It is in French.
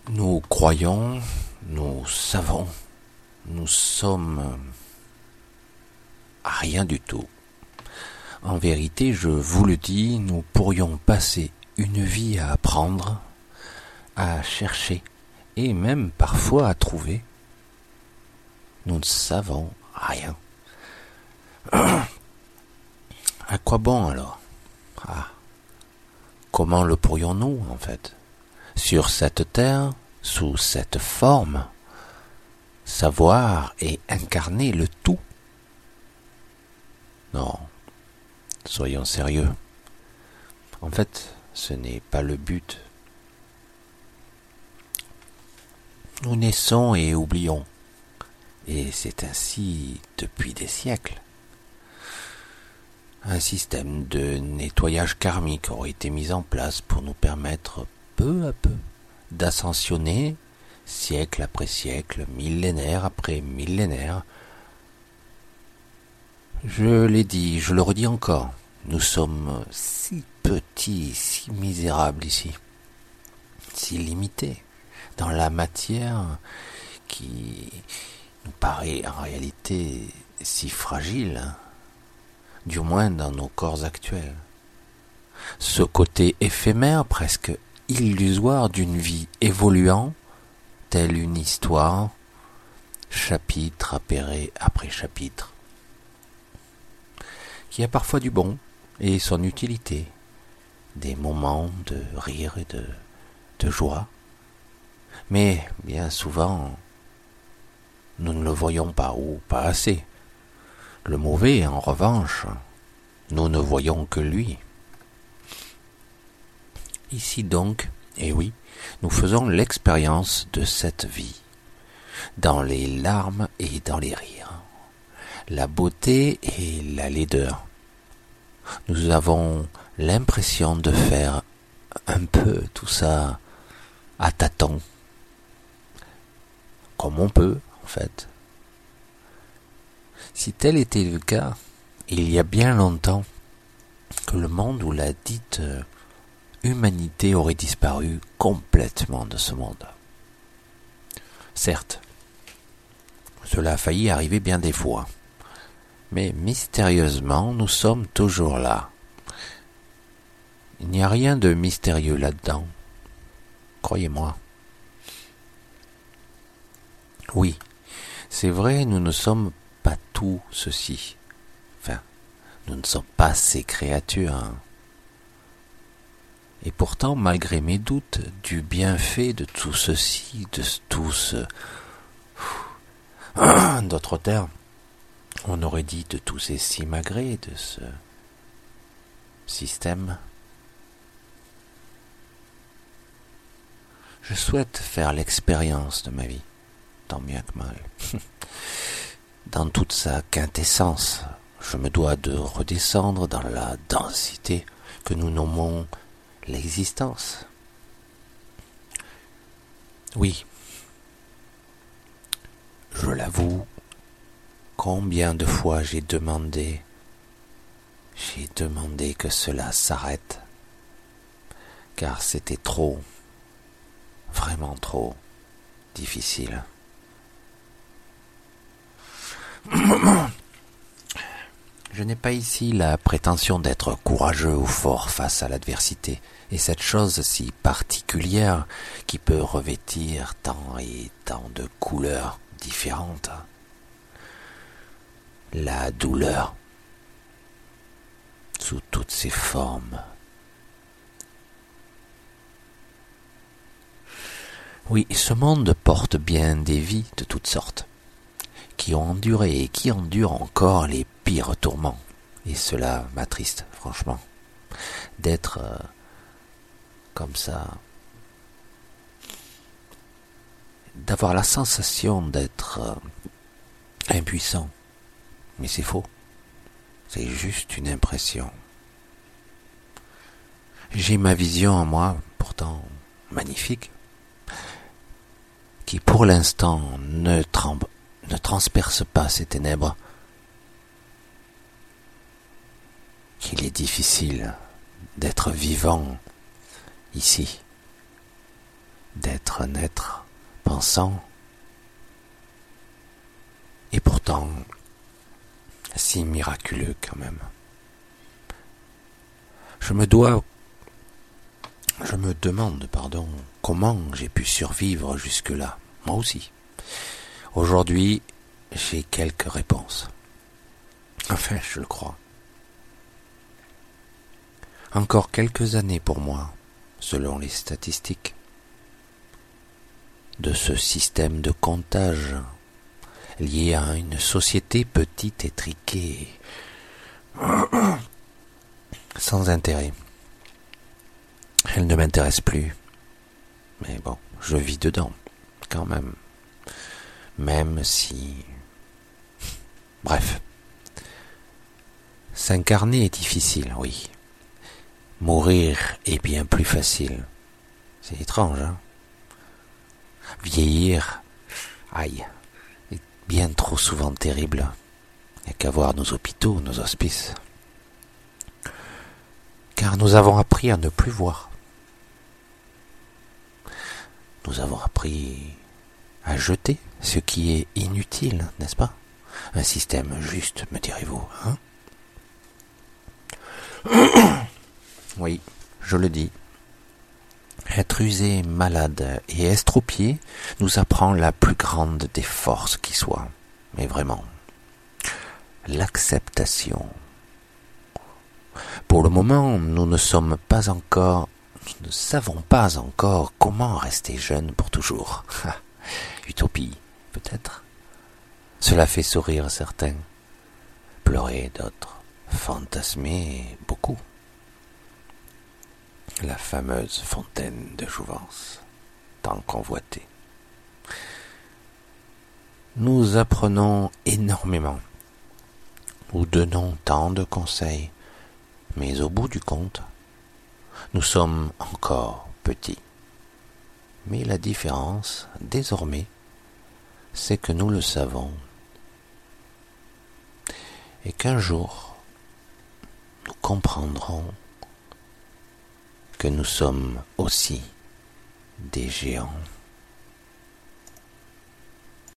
Nous croyons, nous savons, nous sommes rien du tout. En vérité, je vous le dis, nous pourrions passer une vie à apprendre, à chercher et même parfois à trouver. Nous ne savons rien. À quoi bon alors? Comment le pourrions-nous en fait? Sur cette terre, sous cette forme, savoir et incarner le tout? Non, soyons sérieux. En fait, ce n'est pas le but. Nous naissons et oublions. Et c'est ainsi depuis des siècles. Un système de nettoyage karmique aurait été mis en place pour nous permettre peu à peu d'ascensionner siècle après siècle, millénaire après millénaire. Je l'ai dit, je le redis encore, nous sommes si petits, si misérables ici, si limités dans la matière qui nous paraît en réalité si fragile, du moins dans nos corps actuels. Ce côté éphémère, presque illusoire d'une vie évoluant, telle une histoire, chapitre après chapitre, qui a parfois du bon et son utilité, des moments de rire et de joie, mais bien souvent, nous ne le voyons pas ou pas assez. Le mauvais, en revanche, nous ne voyons que lui. Ici donc, eh oui, nous faisons l'expérience de cette vie, dans les larmes et dans les rires, la beauté et la laideur. Nous avons l'impression de faire un peu tout ça à tâtons, comme on peut en fait. Si tel était le cas, il y a bien longtemps que le monde ou la dite humanité aurait disparu complètement de ce monde. Certes, cela a failli arriver bien des fois, mais mystérieusement, nous sommes toujours là. Il n'y a rien de mystérieux là-dedans, croyez-moi. Oui, c'est vrai, nous ne sommes pas tout ceci. Enfin, nous ne sommes pas ces créatures. Et pourtant, malgré mes doutes du bienfait de tout ceci, de tout ce... D'autres termes, on aurait dit de tous ces simagrées, de ce système. Je souhaite faire l'expérience de ma vie, tant bien que mal. Dans toute sa quintessence, je me dois de redescendre dans la densité que nous nommons l'existence. Oui, je l'avoue, combien de fois j'ai demandé que cela s'arrête, car c'était trop, vraiment trop difficile. Je n'ai pas ici la prétention d'être courageux ou fort face à l'adversité, et cette chose si particulière qui peut revêtir tant et tant de couleurs différentes. La douleur, sous toutes ses formes. Oui, ce monde porte bien des vies de toutes sortes, qui ont enduré et qui endurent encore les pires tourments. Et cela m'attriste, franchement, d'être comme ça, d'avoir la sensation d'être impuissant. Mais c'est faux, c'est juste une impression. J'ai ma vision en moi, pourtant magnifique, qui pour l'instant ne transperce pas ces ténèbres, qu'il est difficile d'être vivant ici, d'être un être pensant, et pourtant si miraculeux quand même. Je me demande, comment j'ai pu survivre jusque-là, moi aussi. Aujourd'hui, j'ai quelques réponses. Enfin, je le crois. Encore quelques années pour moi, selon les statistiques, de ce système de comptage lié à une société petite et triquée, sans intérêt. Elle ne m'intéresse plus. Mais bon, je vis dedans, quand même. Même si... Bref. S'incarner est difficile, oui. Mourir est bien plus facile. C'est étrange, hein? Vieillir, aïe, est bien trop souvent terrible. Il n'y a qu'à voir nos hôpitaux, nos hospices. Car nous avons appris à ne plus voir. Nous avons appris à jeter ce qui est inutile, n'est-ce pas? Un système juste, me direz-vous, hein? Oui, je le dis. Être usé, malade et estropié nous apprend la plus grande des forces qui soit. Mais vraiment, l'acceptation. Pour le moment, nous ne savons pas encore comment rester jeune pour toujours. Utopie, peut-être. Cela fait sourire certains, pleurer d'autres, fantasmer beaucoup. La fameuse fontaine de jouvence, tant convoitée. Nous apprenons énormément. Nous donnons tant de conseils, mais au bout du compte, nous sommes encore petits. Mais la différence, désormais, c'est que nous le savons. Et qu'un jour, nous comprendrons que nous sommes aussi des géants.